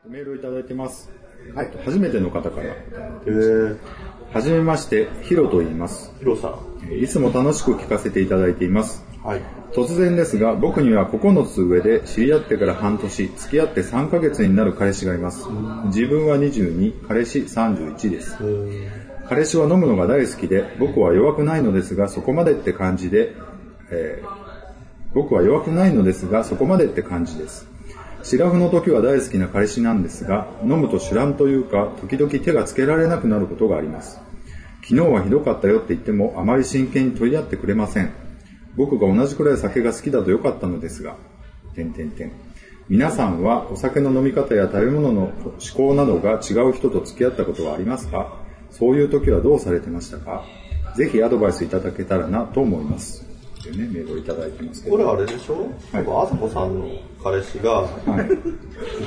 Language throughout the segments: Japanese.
メールをいただいてます。はい、初めての方から。はじめまして、ヒロと言います。 ヒロさん。 いつも楽しく聞かせていただいています。 はい。 突然ですが、僕には9つ上で知り合ってから半年、付き合って3ヶ月になる彼氏がいます。自分は22、彼氏31です。彼氏は飲むのが大好きで、僕は弱くないのですが、そこまでって感じで、シラフの時は大好きな彼氏なんですが、飲むと酒乱というか、時々手がつけられなくなることがあります。昨日はひどかったよって言っても、あまり真剣に取り合ってくれません。僕が同じくらい酒が好きだとよかったのですが、皆さんはお酒の飲み方や食べ物の嗜好などが違う人と付き合ったことはありますか？そういう時はどうされてましたか？ぜひアドバイスいただけたらなと思います。というね、メールをいただいてますけど。 これあれでしょ？はい、あさこさんの彼氏が、はい、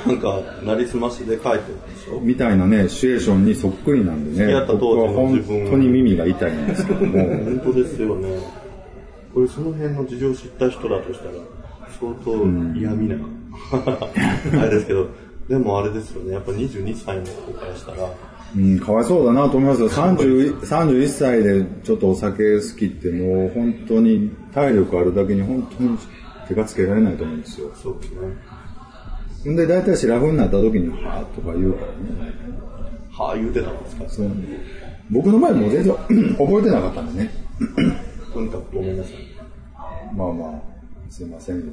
なんか、なりすましで書いてるでしょ？ みたいなね、シチュエーションにそっくりなんでね、僕は本当に耳が痛いんですけども。 本当ですよね。これその辺の事情を知った人だとしたら、相当嫌味な、あれですけど、でもあれですよね、やっぱ22歳の子からしたら、 かわいそうだなと思いますよ。31歳でちょっとお酒好きってもう本当に体力あるだけに本当に手がつけられないと思うんですよ。 そうですね。 んで大体シラフになった時にはぁとか言うからね。 はぁ言うてたんですか？ そう。僕の前も全然覚えてなかったんでね。 とにかくごめんなさい。 まあまあ、すいません。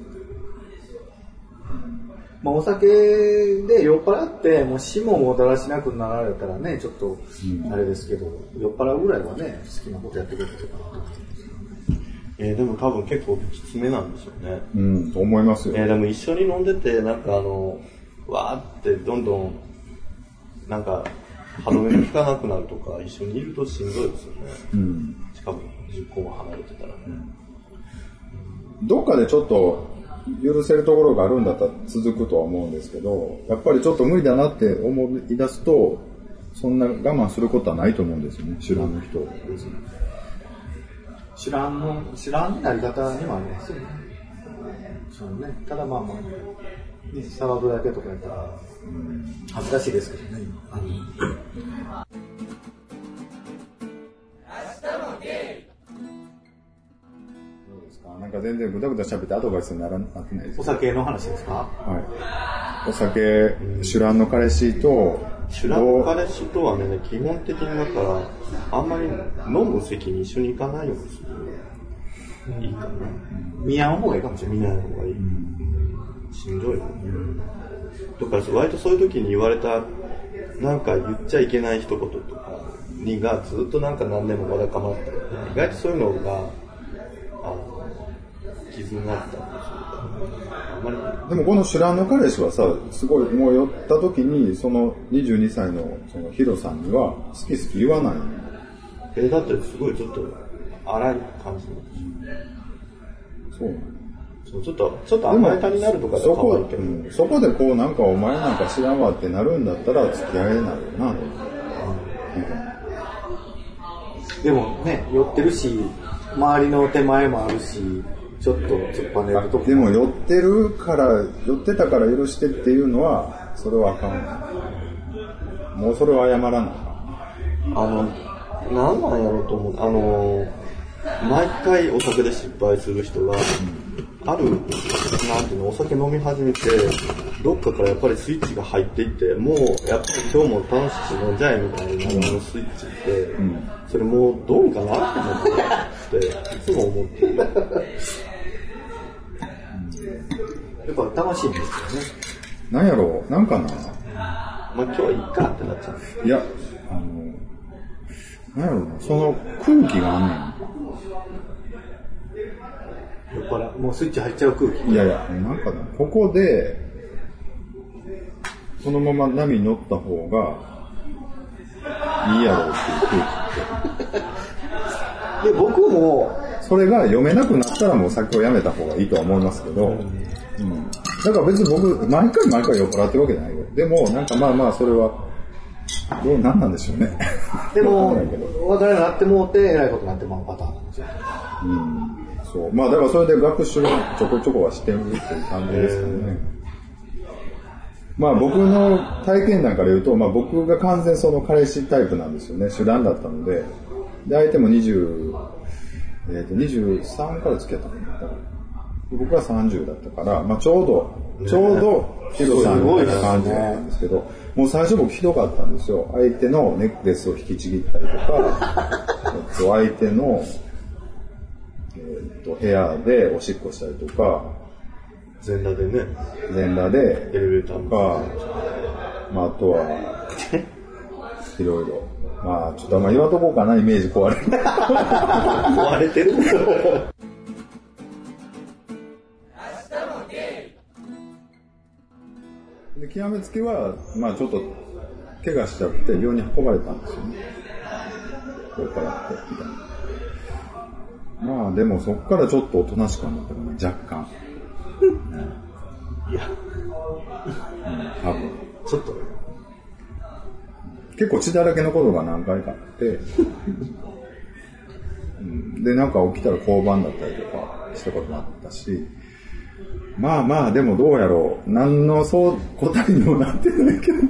まあ、お酒で酔っ払ってもう死ももたらしなくなられたらねちょっとあれですけど、酔っ払うぐらいはね好きなことやってくれたかなと思ってます。 でも多分結構きつめなんでしょうね。 と思いますよ。 でも一緒に飲んでてなんかわーってどんどんなんか歯止めが効かなくなるとか一緒にいるとしんどいですよね。しかも10個も離れてたらね。 どっかでちょっと許せるところがあるんだったら続くとは思うんですけど、やっぱりちょっと無理だなって思い出すとそんな我慢することはないと思うんですよね。知らんの人ですね。 知らんなり方にもありますよね。そうね。ただまあまあ騒ぐだけとかやったら恥ずかしいですけどね。 なんか全然ぐだぐだ喋ってアドバイスになってないです。 お酒の話ですか？ はい。お酒、酒乱の彼氏と、 酒乱の彼氏とはね、基本的にだから、あんまり飲む席に一緒に行かないようにする。いいかな。 見合う方がいいかもしれない。 見ない方がいい。しんどいよね。だから割とそういう時に言われた、なんか言っちゃいけない一言とかにがずっとなんか何年もわだかまって、意外とそういうのが、傷になったんですよ。あんまりでもこの酒乱の彼氏はさ、すごいもう酔った時にその22歳のそのヒロさんには好き好き言わないの？ だってすごいちょっと荒い感じなんですよ。そうなの？ そうちょっと甘えたになるとかで可愛いけど、 そこでこうなんかお前なんか知らんわってなるんだったら付き合えないよな。 でもね、酔ってるし周りの手前もあるしちょっと突っぱねるとこ。 でも酔ってたから許してっていうのはそれはあかん。もうそれは謝らない。 なんなんやろうと思う。毎回お酒で失敗する人が、あるなんていうの、お酒飲み始めてどっかからやっぱりスイッチが入っていって、もうやっぱり今日も楽しく飲んじゃえみたいなスイッチって、それもうどうかなって思っていつも思ってる。 やっぱ楽しいんですよね。 なんやろう、なんかな。 まあ今日はいいかってなっちゃう。 いや、なんやろうな、その空気があんねん。 酔っ払もうスイッチ入っちゃう空気。 いやいや、なんかな、ここでそのまま波に乗った方がいいやろうっていう空気って。 で僕もそれが読めなくなったらもう酒をやめた方がいいとは思いますけど、だから別に僕毎回酔っ払ってるわけじゃないよ。でもなんかまあまあそれは何なんでしょうね。 でも話題になってもうてえらいことになってまうパターンなんですよ。 そう。まあだからそれで学習をちょこちょこはしてるっていう感じですけどね。 まあ僕の体験談から言うと、まあ僕が完全その彼氏タイプなんですよね。主男だったので。で、相手も23から付き合ったのかな。僕は30だったから、まあちょうど、ヒロさんみたいな感じだったんですけど、もう最初僕ひどかったんですよ。相手のネックレスを引きちぎったりとか、相手の、部屋でおしっこしたりとか、 全裸でね。 全裸で、 エレベーターとか、まああとは、いろいろ。まあちょっとあんま言わとこうかな、イメージ壊れる。 壊れてるんですよ。 で極めつきは、まあちょっと怪我しちゃって病院に運ばれたんですよね。こうからってみたいな。まあでもそこからちょっとおとなしくなったかな、若干。 いや、 多分。 ちょっとね。 結構血だらけのことが何回かあって、でなんか起きたら交番だったりとかしたこともあったし、まあまあでもどうやろう、何の答えにもなってないけど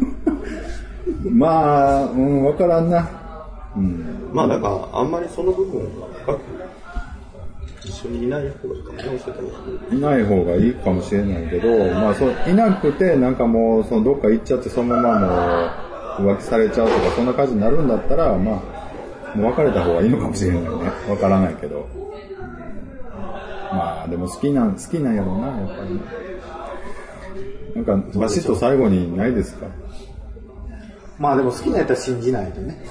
まあ、分からんな。 まあなんかあんまりその部分は深く一緒にいない方がいいかもしれないけど、 いない方がいいかもしれないけど、まあそういなくてなんかもうそのどっか行っちゃってそのままもう浮気されちゃうとかそんな感じになるんだったら、まあもう別れた方がいいのかもしれないね。わからないけど。まあでも好きなんやろうな、やっぱり。なんかバシッと最後にないですか？ まあでも好きなやったら信じないとね。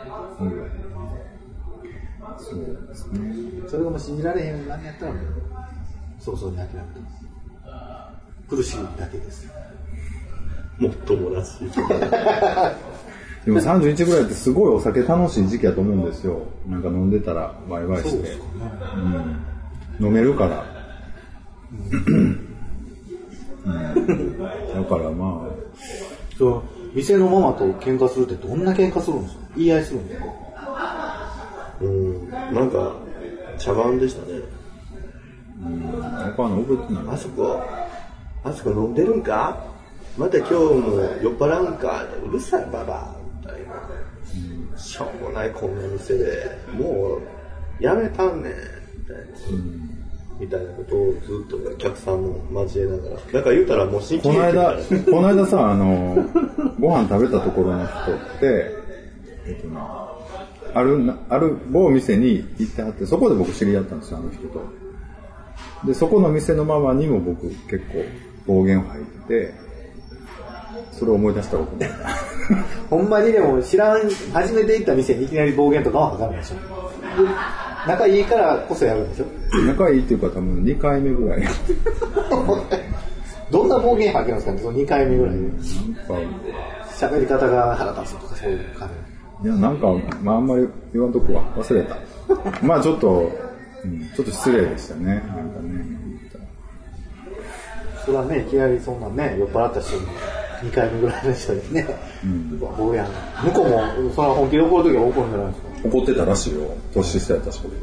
そうですね。 それがもう信じられへんようになるんやったらもう早々に諦めて苦しいだけです。 もっともらしい。 でも31ぐらいってすごいお酒楽しい時期やと思うんですよ。なんか飲んでたらワイワイして。 そうですかね。 飲めるから。だからまあ。 そう、店のママと喧嘩するってどんな喧嘩するんですか？言い合いするんですか？ なんか茶番でしたね。 他の覚えてない。 あそこ飲んでるんか？また今日も酔っ払うんか？うるさいババアみたいな。しょうもないこんな店でもうやめたんねんみたいなことをずっとお客さんも交えながら、なんか言うたらもう新規この間さ、ご飯食べたところの人って、ある某店に行ってはって、そこで僕知り合ったんですよ、あの人と。で、そこの店のママにも僕結構暴言を吐いてて、それを思い出したことないな。 ほんまにでも知らん、初めて行った店にいきなり暴言とかは吐かないでしょ。仲いいからこそやるんでしょ。 仲いいっていうか多分2回目ぐらい。 どんな暴言吐けるんですかね、その2回目ぐらいで。 なんか喋り方が腹立つとかそういう感じ。いや、なんか、まああんまり言わんとこは忘れた。まあちょっと失礼でしたね。なんかね。 それはね、いきなりそんなね、酔っ払った人に2回目ぐらいの人にね、暴言。向こうも、それは本気で怒るときは怒るんじゃないですか。 怒ってたらしいよ。年下やったし、僕。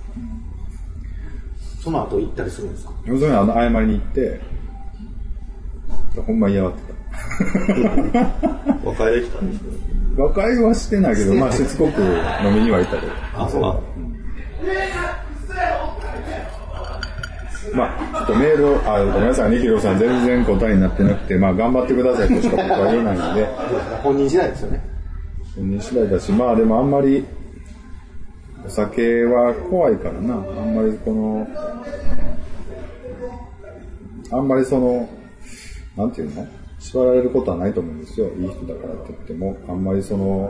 その後行ったりするんですか？ 要するに謝りに行って、ほんま嫌がってた。 和解できたんですけど。 和解はしてないけど、まあしつこく飲みには行ったけど。 あ、そうだ。 まあ、ちょっとメールを、ごめんなさい、ニキロさん全然答えになってなくて、まあ頑張ってくださいとしか僕は言えないので。 本人次第ですよね。 本人次第だし、まあでもあんまり、お酒は怖いからな、あんまりなんていうの？縛られることはないと思うんですよ。いい人だからって言っても、あんまり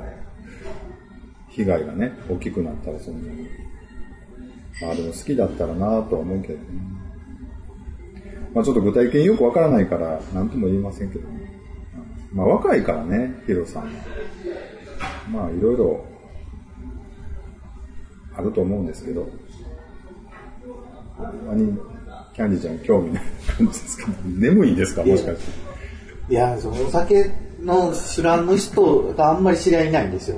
被害がね、大きくなったらそんなに。まあでも好きだったらなとは思うけどね。まあちょっと具体的によくわからないから何とも言いませんけどね。まあ若いからね、ヒロさんは。まあいろいろあると思うんですけど、キャンディちゃん興味ない感じですけど、眠いんですか、もしかして。 いや、そのお酒の知らんの人があんまり知り合いないんですよ。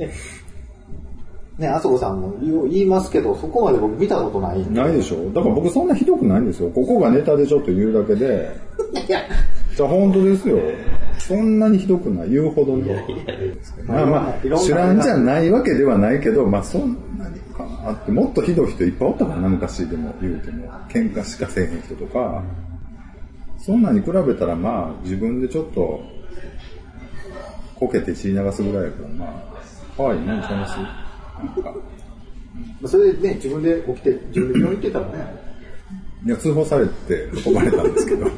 ね、あそこさんも言いますけど、そこまで僕見たことないんで。 ないでしょ。だから僕そんなひどくないんですよ。ここがネタでちょっと言うだけで。 いや、 じゃあ本当ですよ。そんなにひどくない言うほどに。まあ知らんじゃないわけではないけど、まあそんなにかなって、もっとひどい人いっぱいおったからな、昔でも言うても。喧嘩しかせえへん人とか。そんなに比べたらまあ自分でちょっとこけて血流すぐらいやから、まあ可愛いもんちゃいます。なんか。 それでね、自分で起きて、自分で病院行ってたらね。 いや、通報されて運ばれたんですけど。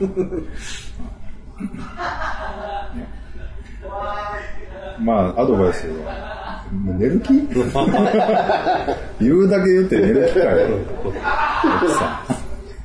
まあ、アドバイスは、寝る気言うだけ言って寝る気かよ。奥さん。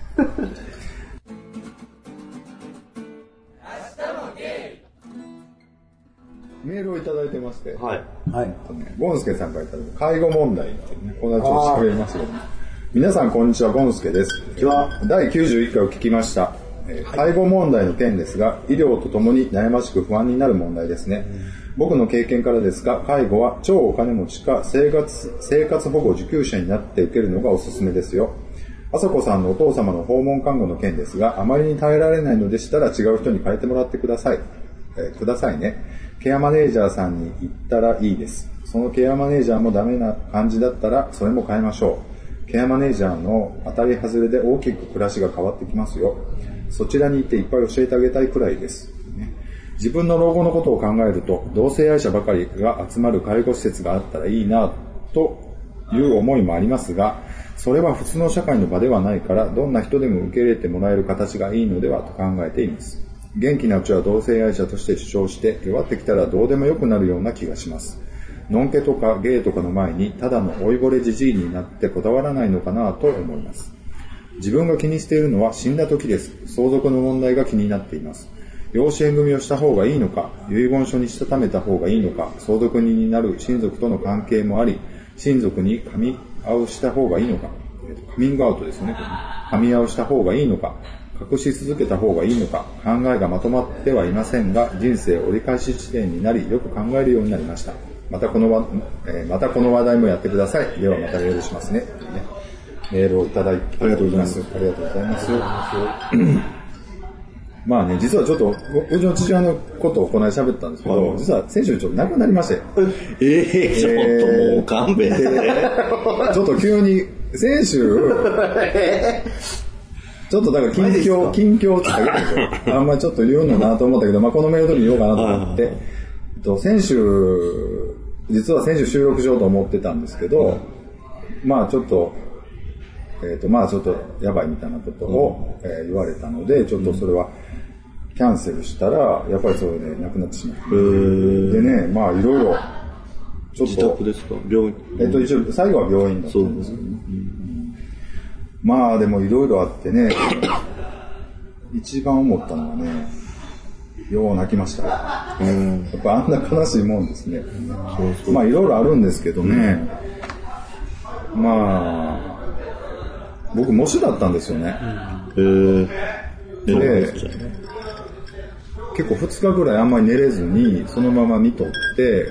メールをいただいてまして、 はい。 はい。 ゴンスケさんからいただいた介護問題っていうね、こんなちょっと喋りますけど、ね、皆さんこんにちは、ゴンスケです。 こんにちは。 第91回を聞きました。介護問題の件ですが、医療とともに悩ましく不安になる問題ですね。僕の経験からですが、介護は超お金持ちか生活保護受給者になって受けるのがおすすめですよ。あさこさんのお父様の訪問看護の件ですが、あまりに耐えられないのでしたら違う人に変えてもらってください。くださいね。ケアマネージャーさんに言ったらいいです。そのケアマネージャーもダメな感じだったらそれも変えましょう。ケアマネージャーの当たり外れで大きく暮らしが変わってきますよ。そちらに行っていっぱい教えてあげたいくらいです。自分の老後のことを考えると、同性愛者ばかりが集まる介護施設があったらいいなという思いもありますが、それは普通の社会の場ではないから、どんな人でも受け入れてもらえる形がいいのではと考えています。元気なうちは同性愛者として主張して、弱ってきたらどうでもよくなるような気がします。のんけとかゲイとかの前に、ただの老いぼれじじいになってこだわらないのかなと思います。自分が気にしているのは死んだ時です。相続の問題が気になっています。養子縁組をした方がいいのか、遺言書にしたためた方がいいのか、相続人になる親族との関係もあり、親族にカミアウした方がいいのか、カミングアウトですよね。カミアウした方がいいのか、隠し続けた方がいいのか、考えがまとまってはいませんが、人生折り返し地点になり、よく考えるようになりました。またこの話題もやってください。ではまたメールしますね。メールをいただいてありがとうございます。ありがとうございます。まあね、実はちょっと、うちの父親のことをこの間喋ったんですけど、実は先週ちょっと亡くなりまして。 ちょっともう勘弁して。 ちょっと急に、先週、ちょっとだから近況って言ったけど、あんまりちょっと言うのなと思ったけど、まあこのメールの時に言おうかなと思って、実は先週収録しようと思ってたんですけど、まあちょっと、まあちょっとやばいみたいなことを、言われたので、ちょっとそれはキャンセルしたら、やっぱりそれで亡くなってしまって。でね、まあいろいろ、ちょっと。 自宅ですか？病院？ 一応、最後は病院だったんですけど、まあでもいろいろあってね、一番思ったのはね、よう泣きました。やっぱあんな悲しいもんですね。まあいろいろあるんですけどね、まあ、僕模試だったんですよね。で、結構2日ぐらいあんまり寝れずに、そのまま見とって、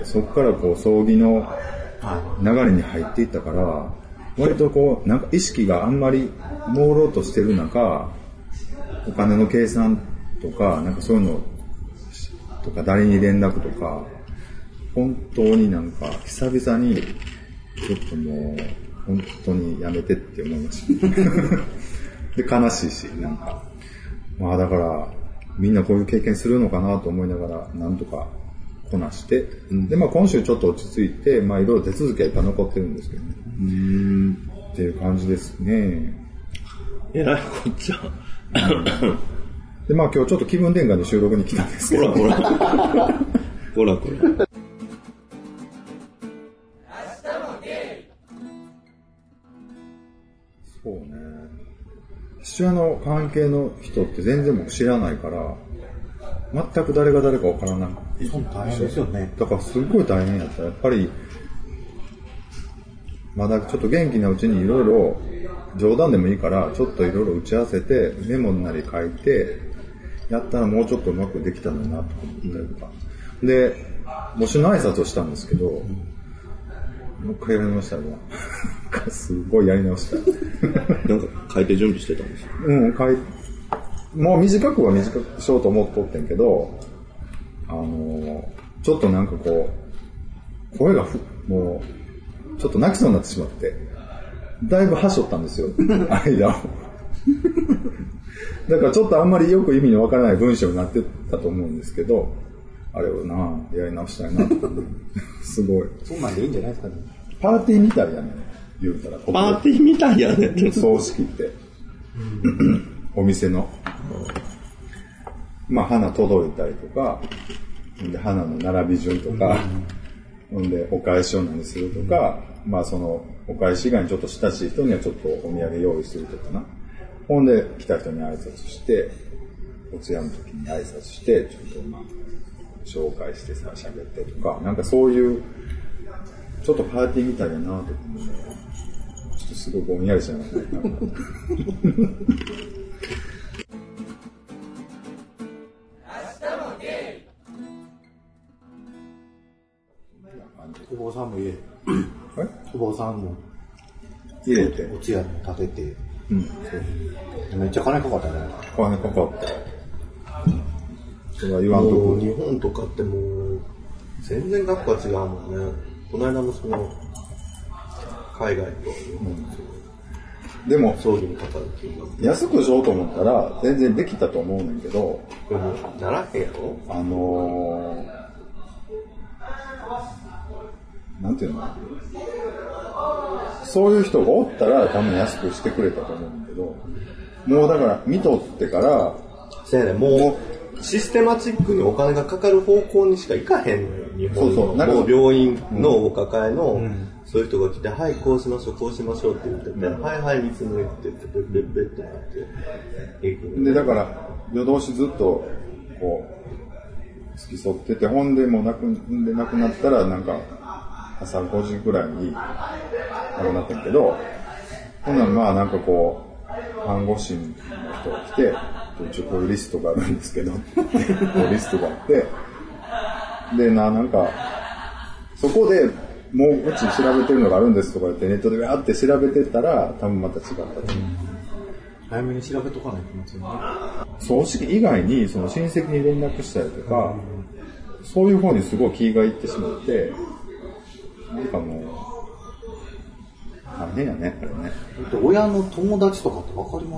そこからこう葬儀の流れに入っていったから、割とこう、なんか意識があんまり朦朧としてる中、お金の計算とか、なんかそういうのとか、誰に連絡とか、本当になんか久々に、ちょっともう、本当にやめてって思いました。で、悲しいし、なんか。まあだから、みんなこういう経験するのかなと思いながら、なんとかこなして、で、まあ今週ちょっと落ち着いて、まあいろいろ手続きはいっぱい残ってるんですけどね。っていう感じですね。 えらいこっちゃ。 で、まあ今日ちょっと気分転換で収録に来たんですけど。 ほら。 そうね。父親の関係の人って全然僕知らないから、全く誰が誰か分からなくていい。 大変ですよね。 だからすごい大変やった。やっぱり、まだちょっと元気なうちにいろいろ、冗談でもいいから、ちょっといろいろ打ち合わせて、メモなり書いて、やったらもうちょっとうまくできたのになと思ったりとか。で、模試の挨拶をしたんですけど、もう一回やりましたね。すごいやり直した。 なんか書いて準備してたんですよ。 書いもう短くは短くしようと思っとってんけど、ちょっとなんかこう、声がもう、ちょっと泣きそうになってしまって、だいぶはしょったんですよ、間を。だからちょっとあんまりよく意味のわからない文章になってたと思うんですけど、あれをやり直したいなって。すごい。 そんなんでいいんじゃないですかね。 パーティーみたいやね、言うたら。 パーティーみたいやね。 葬式って。お店の。まあ、花届いたりとか、で花の並び順とか、ほんで、お返しを何するとか、まあ、その、お返し以外にちょっと親しい人にはちょっとお土産用意するとかな。ほんで、来た人に挨拶して、お通夜の時に挨拶して、ちょっとまあ、紹介してさ、喋ってとか、なんかそういう、ちょっとパーティーみたいだなと思って、ちょっとすごいぼんやりしちゃいますね。 お坊さんも入れえお坊さんも入れて。 お通夜に立てて、 うん。 めっちゃ金かかったね。 金かかった。それは言わんとこ。 もう日本とかってもう、全然額が違うもんね。この間のその、海外と、 でも、 葬儀にかかる金額。 安くしようと思ったら、全然できたと思うねんけど、 ならへんやろなんていうの、そういう人がおったら多分安くしてくれたと思うんだけど、もうだから見とってから、 せやね、もうシステマチックにお金がかかる方向にしか行かへんのよ、日本の。 なんかもう病院のお抱えの、そういう人が来て、はい、こうしましょう、こうしましょうって言ってて、はいはい、見つめて、ベッベッベッってなっていく。 で、だから、夜通しずっと、こう、付き添ってて、ほんでもう亡くなったら、なんか、朝5時ぐらいに亡くなったんやけど、ほんならまあなんかこう、看護師の人が来て、一応こういうリストがあるんですけど、こうリストがあって、で、なんか、そこで、もううち調べてるのがあるんですとか言ってネットでわーって調べてたら、多分また違ったと思う。 早めに調べとかないといけませんね。 葬式以外にその親戚に連絡したりとか、そういう方にすごい気がいってしまって、なんかもう、大変やね、これね。 だって親の友達とかってわかります？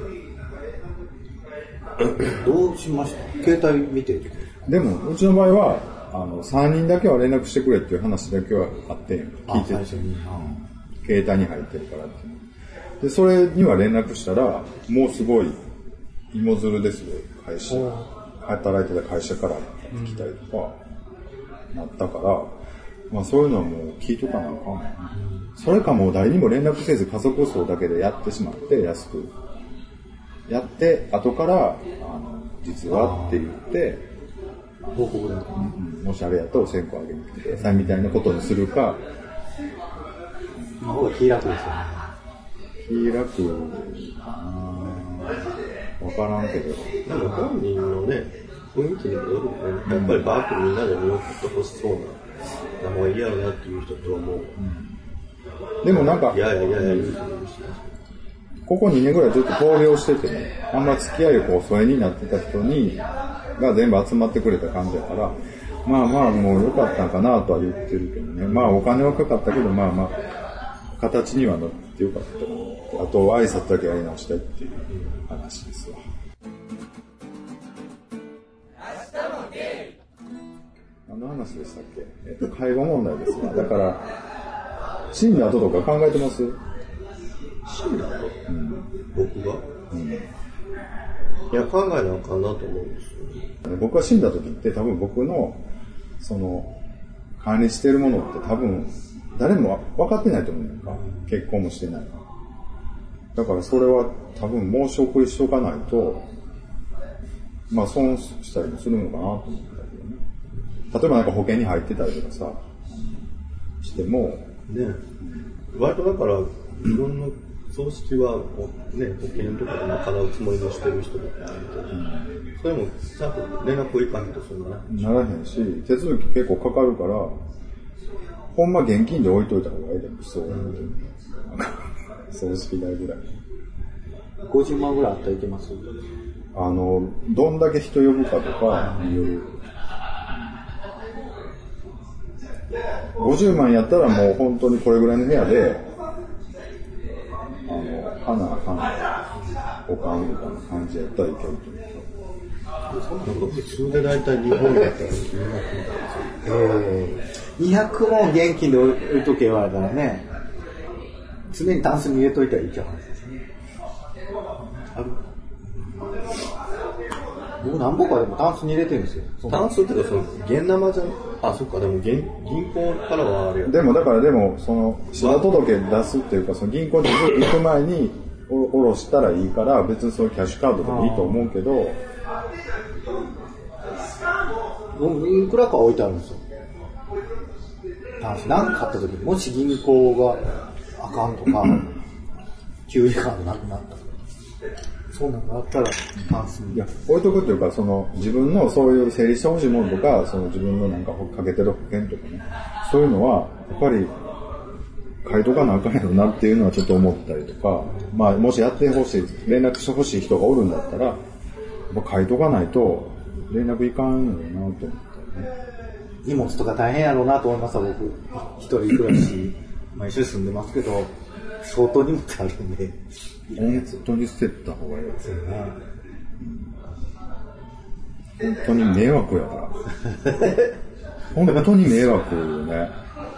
どうしました？携帯見て。 でも、うちの場合は、3人だけは連絡してくれっていう話だけはあって聞いてる。携帯に入ってるからっていう。で、それには連絡したら、もうすごい、芋づるですよ、会社。働いてた会社から来たりとか、なったから、まあそういうのはもう聞いとかなあかん。それかもう誰にも連絡せず家族葬だけでやってしまって、安く。やって、後から、実はって言って、 報告で。 もしあれやったらお線香あげに来てくださいみたいなことにするか。 の方が気楽ですよね。 気楽わからんけど。 なんか本人のね、雰囲気にもよるもんね。やっぱりバーッとみんなで見送ってほしそうな名前嫌やなっていう人とはもう、 でもなんか、 いや言う人もいるし。 ここ2年ぐらいずっと闘病しててね、あんま付き合いをこう疎遠になってた人が全部集まってくれた感じやから、まあまあもう良かったんかなとは言ってるけどね。まあお金はかかったけど、まあまあ、形にはなってよかったかな。あと挨拶だけやり直したいっていう話ですわ。何の話でしたっけ？介護問題ですわ。だから、死んだ後とか考えてます？ 死んだ後、僕が、いや、考えなあかんなと思うんですよ。 僕が死んだ時って多分僕の、その、管理してるものって多分、誰も分かってないと思うんだよ。結婚もしてない。だからそれは多分申し送りしとかないと、まあ損したりもするのかなと思ったけどね。例えばなんか保険に入ってたりとかさ、しても、 ね、割とだから、自分の葬式は、ね、保険とかで賄うつもりでしてる人とかいると、それもちゃんと連絡をいかんとそんなならへんし、手続き結構かかるから、ほんま現金で置いといた方がいいでもそう。葬式代ぐらい。 50万ぐらいあったらいけます？ どんだけ人呼ぶかとかいう50万やったらもう本当にこれぐらいの部屋で花おかんみたいな感じやったらいけると思う。 そんなこと普通で大体日本だったら 200万現金で置いとけばだからね、常にタンスに入れといたらいいじゃん。僕何本かでもタンスに入れてるんですよ。 タンスっていうかその現生じゃん。あ、そっか、でも銀行からはあれよ。 でもその死亡届出すっていうか、その銀行に行く前に下ろしたらいいから、別にそのキャッシュカードでもいいと思うけど、 いくらか置いてあるんですよ。何か買った時にもし銀行があかんとか給油カードなくなったとか、そうなのがあったらタンスに置いとくっていうか、その自分のそういう整理してほしいものとか、その自分のなんかかけてる保険とかね、そういうのはやっぱり書いとかなあかんやろなっていうのはちょっと思ったりとか、まあもしやってほしい、連絡してほしい人がおるんだったら、やっぱ書いとかないと連絡いかんよなと思ったよね。 荷物とか大変やろうなと思いました。僕一人暮らし一緒に住んでますけど、相当荷物あるんで本当に捨てた方がいいですよね。本当に迷惑やから本当に迷惑よね、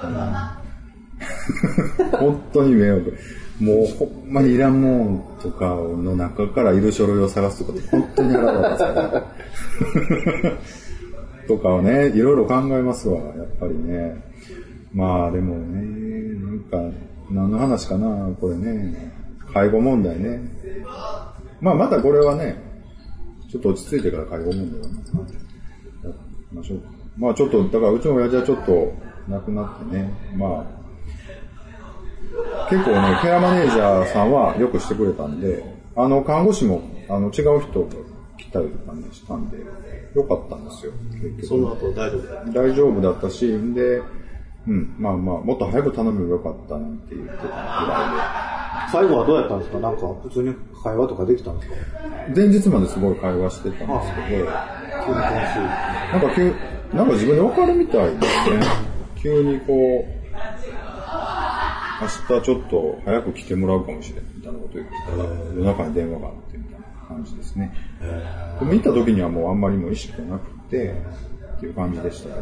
本当に迷惑。もうほんまにいらんもんとかの中からいる書類を探すとかって本当に腹立つからとかをね、いろいろ考えますわ、やっぱりね。まあでもね、なんか何の話かなこれね、介護問題ね。まあまたこれはね、ちょっと落ち着いてから介護問題はね、やりましょう。まあちょっとだからうちの親父はちょっと亡くなってね、まあ結構ね、ケアマネージャーさんはよくしてくれたんで、看護師も違う人が来たりとかねしたんでよかったんですよ。結局その後大丈夫だったし、で、まあもっと早く頼めばよかったなんて言ってたぐら最後はどうやったんですか？なんか普通に会話とかできたんですか？ 前日まですごい会話してたんですけど、なんか自分で分かるみたいですね。急にこう明日ちょっと早く来てもらうかもしれんみたいなこと言ってたら、夜中に電話があってみたいな感じですね。でも行った時にはもうあんまりも意識がなくてっていう感じでしたけど、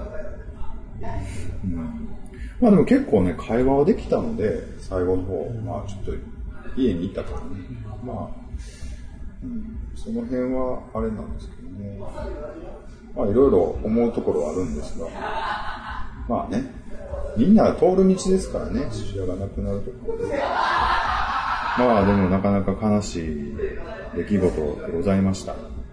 まあでも結構ね会話はできたので、最後の方、まあちょっと家にいたからね、まあ、その辺はあれなんですけどね、まあいろいろ思うところはあるんですが、まあね、みんな通る道ですからね、父親が亡くなるとか。まあでもなかなか悲しい出来事でございました。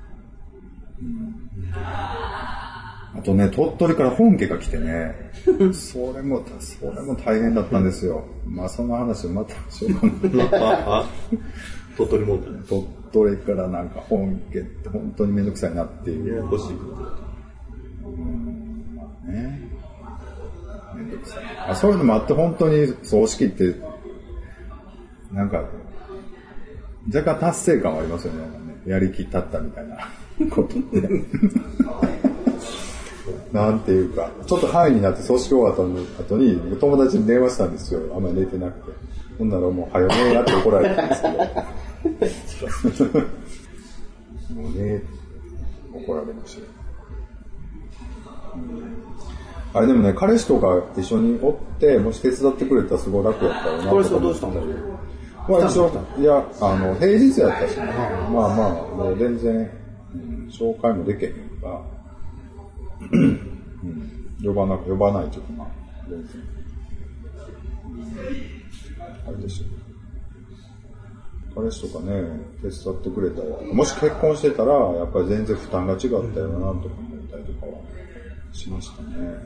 あとね、鳥取から本家が来てね、それも大変だったんですよ。まあその話またしようかな。 鳥取問題。 鳥取からなんか本家って本当にめんどくさいなっていう。 ややこしいこと。 まあね。めんどくさい。そういうのもあって本当に葬式ってなんか若干達成感はありますよね。やりきったったみたいなことってなんていうか、ちょっと範囲になって葬式終わった後に友達に電話したんですよ。あんまり寝てなくて、ほんならもう早めやって怒られたんですけどもうね怒られましたよ。あれでもね、彼氏とか一緒におってもし手伝ってくれたらすごい楽やったよな。 彼氏はどうしたんだろう。 まあ一応いや平日やったしね、まあもう全然、紹介もできへんから、呼ばないというか、まあ全然、あれですよ。彼氏とかね手伝ってくれたら、もし結婚してたらやっぱり全然負担が違ったよなとか思ったりとかはしましたね。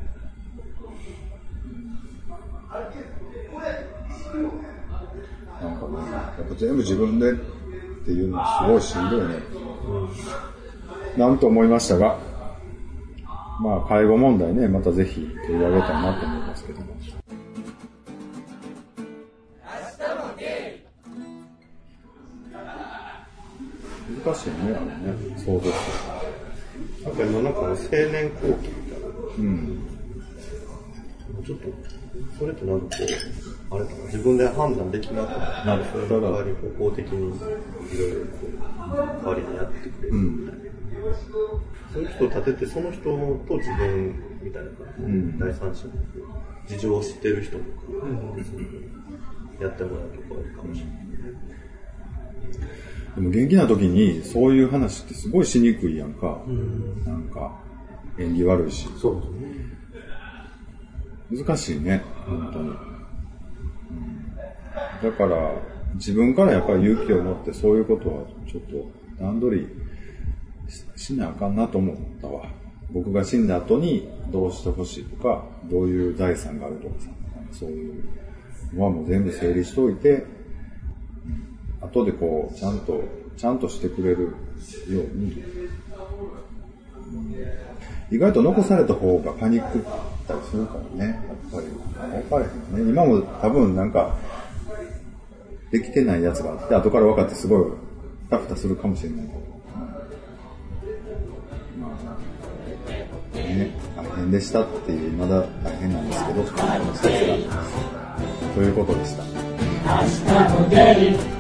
なんかね、やっぱ全部自分でっていうのはすごいしんどいね、なんと思いましたが、まあ介護問題ね、またぜひ取り上げたいなと思いますけども。 難しいね、あれね、想像して。 なんか今なんか青年後期みたいな。 うん。 ちょっと、それってなんかこう、あれかな、自分で判断できなくなる。それの代わり方向的にいろいろ代わりにやってくれるみたいな。そういう人を立てて、その人と自分みたいな感じで、第三者の事情を知ってる人とか、やってもらうとこあるかもしれない。 でも元気な時にそういう話ってすごいしにくいやんか。なんか縁起悪いし。 そうですね。 難しいね、本当に。だから自分からやっぱり勇気を持ってそういうことはちょっと段取りしなあかんなと思ったわ。僕が死んだ後にどうしてほしいとか、どういう財産があるとかさ、そういうのはもう全部整理しといて、後でこうちゃんとしてくれるように、意外と残された方がパニックったりするからね、やっぱり分かれへんね。今も多分なんかできてないやつがあって後から分かってすごいタフタするかもしれないけど、ね、大変でしたっていう、まだ大変なんですけど、ということでした。